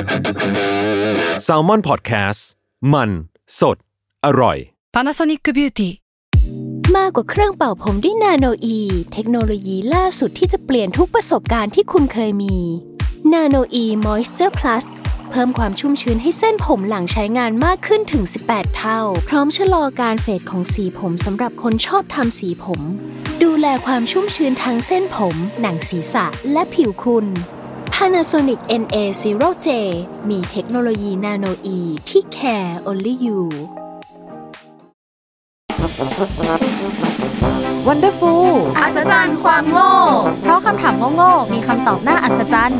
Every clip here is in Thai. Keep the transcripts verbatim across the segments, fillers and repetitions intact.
Salmon Podcast มันสดอร่อย Panasonic Beauty มากกว่าเครื่องเป่าผมด้วยนาโนอีเทคโนโลยีล่าสุดที่จะเปลี่ยนทุกประสบการณ์ที่คุณเคยมีนาโนอีมอยส์เจอร์พลัสเพิ่มความชุ่มชื้นให้เส้นผมหลังใช้งานมากขึ้นถึงสิบแปดเท่าพร้อมชะลอการเฟดของสีผมสำหรับคนชอบทำสีผมดูแลความชุ่มชื้นทั้งเส้นผมหนังศีรษะและผิวคุณ Panasonic เอ็น เอ ศูนย์ เจ มีเทคโนโลยีนาโนอีที่ care only you Wonderful อัศจรรย์ความโง่เพราะคำถามโง่ๆมีคำตอบน่าอัศจรรย์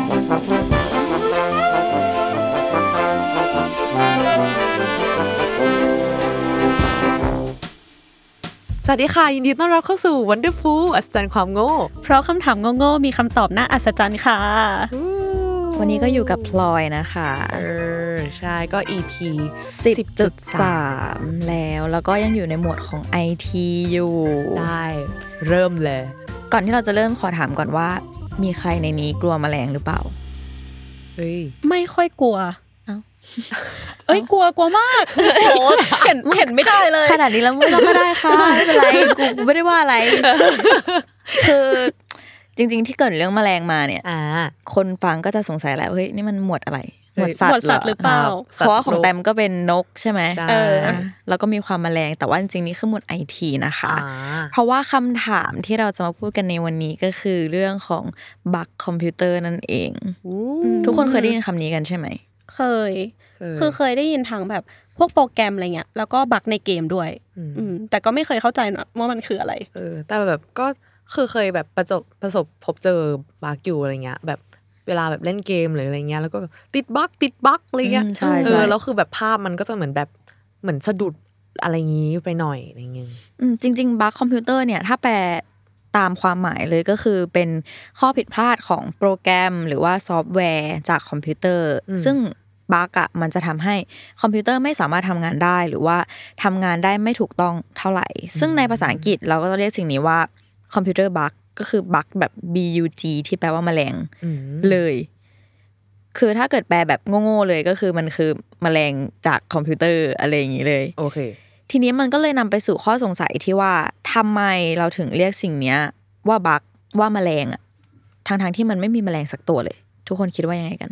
สวัสดีค่ะยินดีต้อนรับเข้าสู่ Wonderful อัศจรรย์ความโง่เพราะคำถามโง่ๆมีคำตอบน่าอัศจรรย์ค่ะวันนี้ก็อยู่กับพลอยนะคะเออใช่ก็ อี พีสิบจุดสาม แล้วแล้วก็ยังอยู่ในหมวดของ ไอ ที อยู่ได้เริ่มเลยก่อนที่เราจะเริ่มขอถามก่อนว่ามีใครในนี้กลัวแมลงหรือเปล่าเฮ้ยไม่ค่อยกลัวเอ้าเอ้ยกลัวกลัวมากโอ้เห็นเห็นไม่ได้เลยขนาดนี้แล้วไม่ต้องก็ได้ค่ะไม่เป็นไรกูไม่ได้ว่าอะไรคือจริงๆที่เกิดเรื่องแมลงมาเนี่ยคนฟังก็จะสงสัยแหละเฮ้ยนี่มันหมวดอะไรหมวดสัตว์หรือเปล่าเพราะว่าของแต้มก็เป็นนกใช่ไหมเออแล้วก็มีความแมลงแต่ว่าจริงๆนี่คือหมวด ไอ ที นะคะเพราะว่าคำถามที่เราจะมาพูดกันในวันนี้ก็คือเรื่องของบั๊กคอมพิวเตอร์นั่นเองทุกคนเคยได้ยินคำนี้กันใช่ไหมเคยคือเคยได้ยินทางแบบพวกโปรแกรมอะไรเงี้ยแล้วก็บั๊กในเกมด้วยอืมแต่ก็ไม่เคยเข้าใจนะว่ามันคืออะไรเออแต่แบบก็คือเคยแบบประสบประสบพบเจอบั๊กอยู่อะไรเงี้ยแบบเวลาแบบเล่นเกมหรืออะไรเงี้ยแล้วก็ติดบั๊กติดบั๊กอะไรเงี้ยเออแล้วคือแบบภาพมันก็จะเหมือนแบบเหมือนสะดุดอะไรงี้ไปหน่อยอะไรเงี้ยอืมจริงๆบั๊กคอมพิวเตอร์เนี่ยถ้าแปลตามความหมายเลยก็คือเป็นข้อผิดพลาดของโปรแกรมหรือว่าซอฟต์แวร์จากคอมพิวเตอร์ซึ่งบั๊กอ่ะมันจะทำให้คอมพิวเตอร์ไม่สามารถทำงานได้หรือว่าทำงานได้ไม่ถูกต้องเท่าไหร่ซึ่งในภาษาอังกฤษเราก็จะเรียกสิ่งนี้ว่าคอมพิวเตอร์บั๊กก็คือบั๊กแบบ บี ยู จี ที่แปลว่าแมลงเลยคือถ้าเกิดแปลแบบโง่ๆเลยก็คือมันคือแมลงจากคอมพิวเตอร์อะไรอย่างนี้เลยโอเคทีนี้มันก็เลยนำไปสู่ข้อสงสัยที่ว่าทำไมเราถึงเรียกสิ่งนี้ว่าบั๊กว่าแมลงอ่ะทั้งๆที่มันไม่มีแมลงสักตัวเลยทุกคนคิดว่ายังไงกัน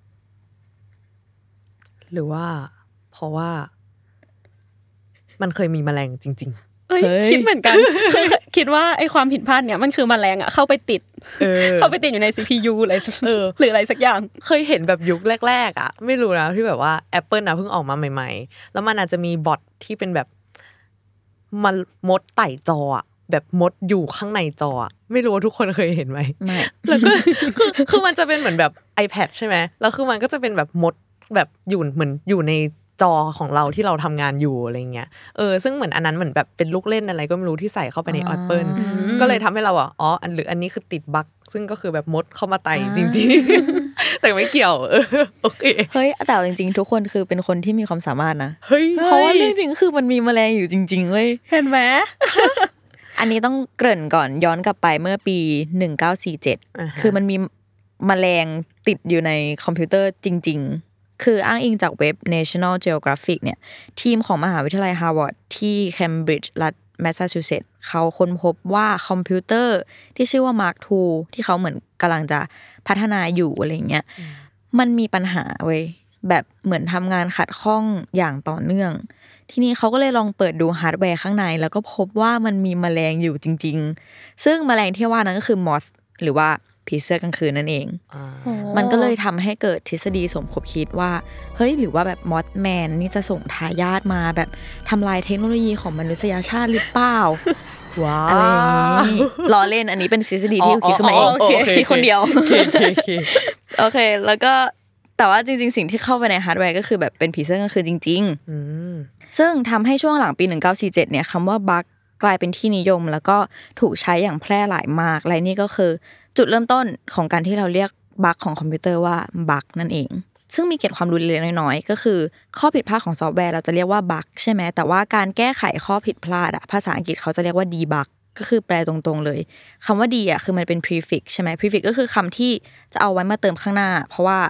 หรือว่าเพราะว่ามันเคยมีแมลงจริงๆเอ้ยคิดเหมือนกันคือคิดว่าไอ้ความผิดพลาดเนี่ยมันคือแมลงอ่ะเข้าไปติดเข้าไปติดอยู่ใน ซี พี ยู อะไรหรืออะไรสักอย่างเคยเห็นแบบยุคแรกๆอ่ะไม่รู้นะที่แบบว่า Apple นะเพิ่งออกมาใหม่ๆแล้วมันอาจจะมีบอทที่เป็นแบบมันมดไต่จออ่ะแบบมดอยู่ข้างในจออ่ะไม่รู้ว่าทุกคนเคยเห็นไหมไม่แล้วก็คือคือมันจะเป็นเหมือนแบบ iPad ใช่ไหมแล้วคือมันก็จะเป็นแบบมดแบบอยู่เหมือนอยู่ในจอของเราที่เราทำงานอยู่อะไรเงี้ยเออซึ่งเหมือนอันนั้นเหมือนแบบเป็นลูกเล่นอะไรก็ไม่รู้ที่ใส่เข้าไปใน Apple ก็เลยทำให้เราอ่ะอ๋ออันหรืออันนี้คือติดบั๊กซึ่งก็คือแบบมดเข้ามาไต่จริงๆแต่ไม่เกี่ยวเออโอเคเฮ้ยแต่จริงๆทุกคนคือเป็นคนที่มีความสามารถนะเฮ้ยเพราะว่าเรื่องจริงคือมันมีแมลงอยู่จริงๆเว้ยเห็นไหมอันนี้ต้องเกริ่นก่อนย้อนกลับไปเมื่อปีหนึ่งเก้าสี่เจ็ด uh-huh. คือมันมีแมลงติดอยู่ในคอมพิวเตอร์จริงๆคืออ้างอิงจากเว็บ National Geographic เนี่ยทีมของมหาวิทยาลัย Harvard ที่ Cambridge รัฐ Massachusetts เขาค้นพบว่าคอมพิวเตอร์ที่ชื่อว่า มาร์ค ทู ที่เขาเหมือนกำลังจะพัฒนาอยู่อะไรเงี้ย uh-huh. มันมีปัญหาเว้ยแบบเหมือนทำงานขัดข้องอย่างต่อเนื่องทีนี้เขาก็เลยลองเปิดดูฮาร์ดแวร์ข้างในแล้วก็พบว่ามันมีแมลงอยู่จริงๆซึ่งแมลงที่ว่านั้นก็คือมอสหรือว่าผีเสื้อกลางคืนนั่นเองมันก็เลยทำให้เกิดทฤษฎีสมคบคิดว่าเฮ้ยหรือว่าแบบมอสแมนนี่จะส่งทายาทมาแบบทำลายเทคโนโลยีของมนุษยชาติหรือเปล่าว้าวอะไรอย่างนี้ล้อเล่นอันนี้เป็นทฤษฎีที่คิดขึ้นมาเองคิดคนเดียวโอเคแล้วก็แต่ว่าจริงๆสิ่งที่เข้าไปในฮาร์ดแวร์ก็คือแบบเป็นผีเสื้อกลางคืนจริงๆซึ่งทำให้ช่วงหลังปีหนึ่งเก้าสี่เจ็ดเนี่ยคำว่าบั๊กกลายเป็นที่นิยมแล้วก็ถูกใช้อย่างแพร่หลายมากและนี่ก็คือจุดเริ่มต้นของการที่เราเรียกบั๊กของคอมพิวเตอร์ว่าบั๊กนั่นเองซึ่งมีเกร็ดความรู้เล็กๆน้อยๆก็คือข้อผิดพลาดของซอฟต์แวร์เราจะเรียกว่าบั๊กใช่ไหมแต่ว่าการแก้ไขข้อผิดพลาดอะภาษาอังกฤษเขาจะเรียกว่าดีบั๊กก็คือแปลตรงๆเลยคำว่าดีอะคือมันเป็น prefix ใช่ไหม prefix ก็คือคำที่จะเอาไว้มาเติมข้างหน้าเพราะว่า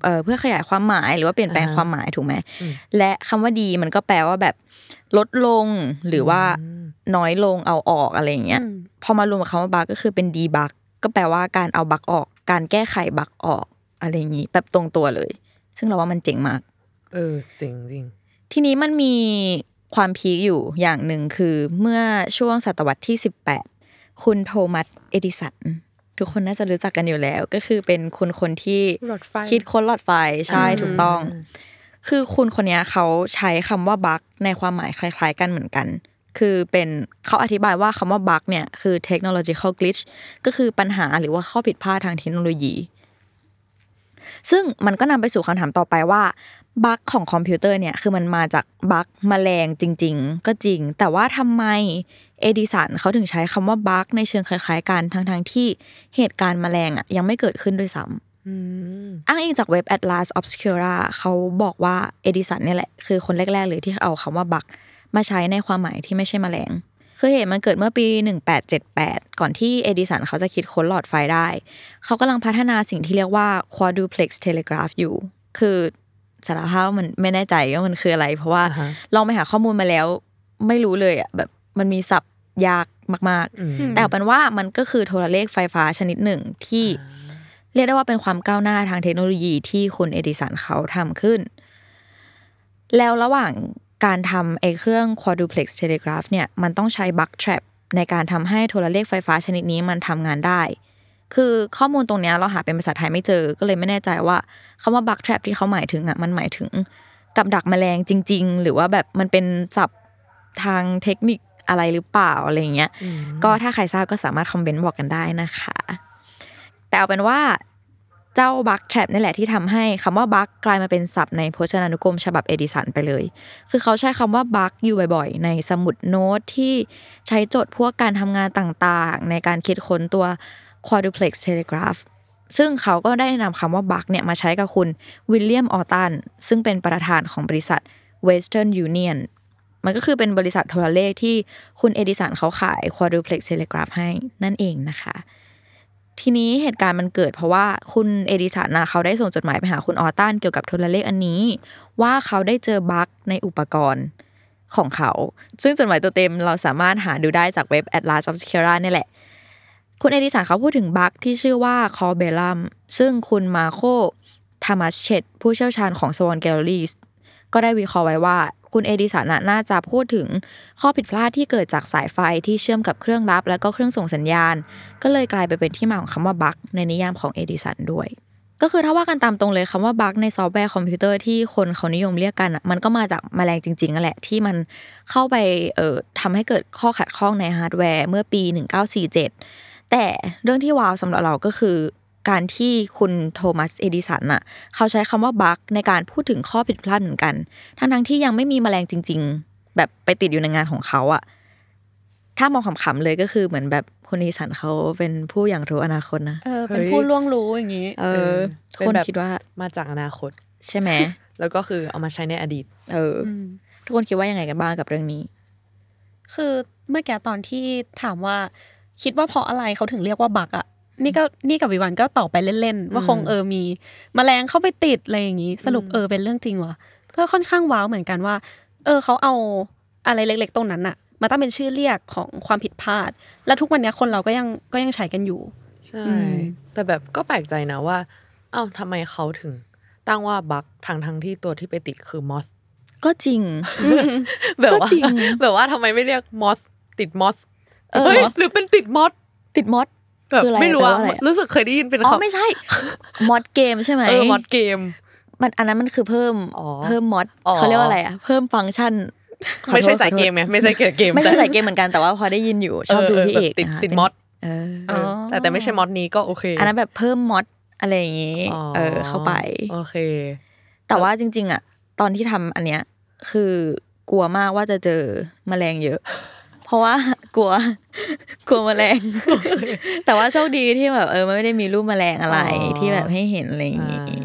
เอ่อเพื่อขยายความหมายหรือว่าเปลี่ยนแปลงความหมายถูกไหมและคำว่าดีมันก็แปลว่าแบบลดลงหรือว่าน้อยลงเอาออกอะไรอย่างเงี้ยพอมารวมกับคำว่าบั๊กก็คือเป็นดีบั๊กก็แปลว่าการเอาบั๊กออกการแก้ไขบั๊กออกอะไรอย่างงี้แบบตรงตัวเลยซึ่งเราว่ามันเจ๋งมากเออจริงจริงทีนี้มันมีความพีคอยู่อย่างหนึ่งคือเมื่อช่วงศตวรรษที่สิบแปดคุณโทมัสเอดิสันทุกคนน่าจะรู้จักกันอยู่แล้วก็คือเป็นคุณคนที่คิดค้นหลอดไฟใช่ถูกต้องคือคุณคนนี้เขาใช้คำว่าบั๊กในความหมายคล้ายๆกันเหมือนกันคือเป็นเขาอธิบายว่าคำว่าบั๊กเนี่ยคือ technological glitch ก็คือปัญหาหรือว่าข้อผิดพลาดทางเทคโนโลยีซึ่งมันก็นำไปสู่คำถามต่อไปว่าบั๊กของคอมพิวเตอร์เนี่ยคือมันมาจากบั๊กแมลงจริงๆก็จริงแต่ว่าทำไมเอดิสันเขาถึงใช้คำว่าบั๊กในเชิงคล้ายๆกันทั้งๆที่เหตุการณ์แมลงอ่ะยังไม่เกิดขึ้นด้วยซ้ำอ้างอิงจากเว็บ Atlas Obscura เขาบอกว่าเอดิสันเนี่ยแหละคือคนแรกๆเลยที่เอาคำว่าบั๊กมาใช้ในความหมายที่ไม่ใช่แมลงคือเหตุมันเกิดเมื่อปีหนึ่งพันแปดร้อยเจ็ดสิบแปดก่อนที่เอดิสันเขาจะคิดค้นหลอดไฟได้เขากำลังพัฒนาสิ่งที่เรียกว่า quadruplex telegraph อยู่คือสารภาพมันไม่แน่ใจว่ามันคืออะไรเพราะว่า uh-huh. ลองไปหาข้อมูลมาแล้วไม่รู้เลยอ่ะแบบมันมีศัพท์ยากมากๆแต่เอาเป็นว่ามันก็คือโทรเลขไฟฟ้าชนิดหนึ่งที่ uh-huh. เรียกได้ว่าเป็นความก้าวหน้าทางเทคโนโลยีที่คุณเอดิสันเขาทำขึ้นแล้วระหว่างการทำไอ้เครื่อง quadruplex telegraph เนี่ยมันต้องใช้ bug trap ในการทำให้โทรเลขไฟฟ้าชนิดนี้มันทำงานได้คือข้อมูลตรงนี้เราหาเป็นภาษาไทยไม่เจอก็เลยไม่แน่ใจว่าคำว่า bug trap ที่เขาหมายถึงอ่ะมันหมายถึงกับดักแมลงจริงๆหรือว่าแบบมันเป็นศัพท์ทางเทคนิคอะไรหรือเปล่าอะไรเงี้ยก็ถ้าใครทราบก็สามารถคอมเมนต์บอกกันได้นะคะแต่เอาเป็นว่าเจ้า bug trap นี่แหละที่ทำให้คำว่า bug กลายมาเป็นศัพท์ในพจนานุกรมฉบับเอดิสันไปเลยคือเขาใช้คำว่า bug อยู่บ่อยๆในสมุดโน้ตที่ใช้จดพวกการทำงานต่างๆในการคิดค้นตัว quadruplex telegraph ซึ่งเขาก็ได้นำคำว่า bug เนี่ยมาใช้กับคุณวิลเลียมออตันซึ่งเป็นประธานของบริษัท Western Union มันก็คือเป็นบริษัทโทรเลขที่คุณเอดิสันเขาขาย quadruplex telegraph ให้นั่นเองนะคะทีนี้เหตุการณ์มันเกิดเพราะว่าคุณเอดิสันนะเขาได้ส่งจดหมายไปหาคุณออตันเกี่ยวกับโทรเลขอันนี้ว่าเขาได้เจอบั๊กในอุปกรณ์ของเขาซึ่งจดหมายตัวเต็มเราสามารถหาดูได้จากเว็บ Atlas Obscura นี่แหละคุณเอดิสันเขาพูดถึงบั๊กที่ชื่อว่า Corbellum ซึ่งคุณมาโคทามัสเชตผู้เชี่ยวชาญของ Swan Galleries ก็ได้วิเคราะห์ไว้ว่าคุณเอดิสันน่าจะพูดถึงข้อผิดพลาดที่เกิดจากสายไฟที่เชื่อมกับเครื่องรับแล้วก็เครื่องส่งสัญญาณก็เลยกลายไปเป็นที่มาของคำว่าบั๊กในนิยามของเอดิสันด้วยก็คือถ้าว่ากันตามตรงเลยคำว่าบั๊กในซอฟต์แวร์คอมพิวเตอร์ที่คนเขานิยมเรียกกันอ่ะมันก็มาจากแมลงจริงๆนั่นแหละที่มันเข้าไปเอ่อทำให้เกิดข้อขัดข้องในฮาร์ดแวร์เมื่อปีหนึ่งพันเก้าร้อยสี่สิบเจ็ดแต่เรื่องที่ว้าวสำหรับเราก็คือการที่คุณโทมัสเอดิสันน่ะเขาใช้คำว่าบั๊กในการพูดถึงข้อผิดพลาดเหมือนกันทั้งๆที่ยังไม่มีแมลงจริงๆแบบไปติดอยู่ในงานของเขาอะถ้ามองขำๆเลยก็คือเหมือนแบบคุณเอดิสันเขาเป็นผู้อย่างรู้อนาคตนะเออเป็นผู้ล่วงรู้อย่างงี้เออคนคิดว่ามาจากอนาคตใช่ไหมแล้วก็คือเอามาใช้ในอดีตเออทุกคนคิดว่ายังไงกันบ้างกับเรื่องนี้คือเมื่อกี้ตอนที่ถามว่าคิดว่าเพราะอะไรเขาถึงเรียกว่าบั๊กอะนี่ก็นี่กับวิวันก็ตอบไปเล่นๆว่าคงเออมีแมลงเข้าไปติดอะไรอย่างงี้สรุปเออเป็นเรื่องจริงวะก็ค่อนข้างว้าวเหมือนกันว่าเออเขาเอาอะไรเล็กๆตรงนั้นน่ะมาตั้งเป็นชื่อเรียกของความผิดพลาดแล้วทุกวันนี้คนเราก็ยังก็ยังใช้กันอยู่ใช่แต่แบบก็แปลกใจนะว่าอ้าวทำไมเขาถึงตั้งว่าบั๊กทั้งทั้งที่ตัวที่ไปติดคือมอสก็จริงแบบว่าแบบว่าทำไมไม่เรียกมอสติดมอสเฮ้ยหรือเป็นติดมอสติดมอสคืออะไรไม่รู้อ่ะรู้สึกเคยได้ยินเป็นอ๋อไม่ใช่มอดเกมใช่ไหมเออมอดเกมมันอันนั้นมันคือเพิ่มเพิ่มมอดเขาเรียกว่าอะไรอ่ะเพิ่มฟังก์ชันไม่ใช่สายเกมไงไม่ใช่เกมไม่ใช่สายเกมเหมือนกันแต่ว่าพอได้ยินอยู่ชอบดูพี่เอกติดติดมอดเออแต่แต่ไม่ใช่มอดนี้ก็โอเคอันนั้นแบบเพิ่มมอดอะไรอย่างงี้เออเข้าไปโอเคแต่ว่าจริงๆอ่ะตอนที่ทำอันเนี้ยคือกลัวมากว่าจะเจอแมลงเยอะเพราะว่ากลัวกลัวแมลงแต่ว่าโชคดีที่แบบเออไม่ได้มีรูปแมลงอะไรที่แบบให้เห็นอะไรอย่างงี้เ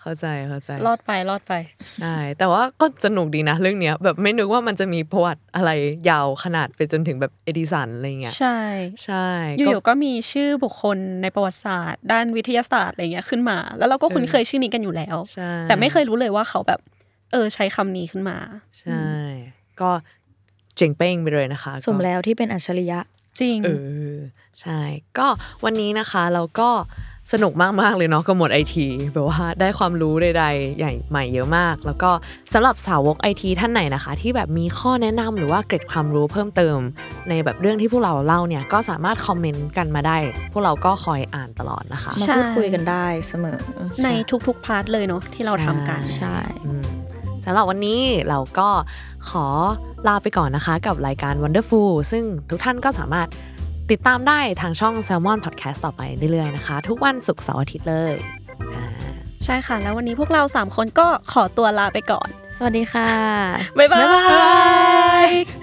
เข้าใจเข้าใจรอดไปรอดไปใช่แต่ว่าก็สนุกดีนะเรื่องเนี้ยแบบไม่นึกว่ามันจะมีประวัติอะไรยาวขนาดไปจนถึงแบบเอดิสันอะไรเงี้ยใช่ใช่อยู่ๆก็มีชื่อบุคคลในประวัติศาสตร์ด้านวิทยาศาสตร์อะไรเงี้ยขึ้นมาแล้วเราก็คุ้นเคยชื่อนี้กันอยู่แล้วแต่ไม่เคยรู้เลยว่าเขาแบบเออใช้คำนี้ขึ้นมาใช่ก็เจ๋งเป้งไปเลยนะคะสมแล้วที่เป็นอัจฉริยะจริงเออใช่ก็วันนี้นะคะเราก็สนุกมากๆเลยเนาะกับหมวด ไอ ที แบบว่าได้ความรู้ใดๆใหญ่ใหม่เยอะมากแล้วก็สำหรับสาวก ไอ ที ท่านไหนนะคะที่แบบมีข้อแนะนำหรือว่าเกร็ดความรู้เพิ่มเติมในแบบเรื่องที่พวกเราเล่าเนี่ยก็สามารถคอมเมนต์กันมาได้พวกเราก็คอยอ่านตลอดนะคะมาพูดคุยกันได้เสมอในทุกๆพาร์ทเลยเนาะที่เราทำกันใช่สำหรับวันนี้เราก็ขอลาไปก่อนนะคะกับรายการ Wonderful ซึ่งทุกท่านก็สามารถติดตามได้ทางช่อง Salmon Podcast ต่อไปเรื่อยๆนะคะทุกวันศุกร์เสาร์อาทิตย์เลยใช่ค่ะแล้ววันนี้พวกเราสามคนก็ขอตัวลาไปก่อนสวัสดีค่ะบ๊ายบาย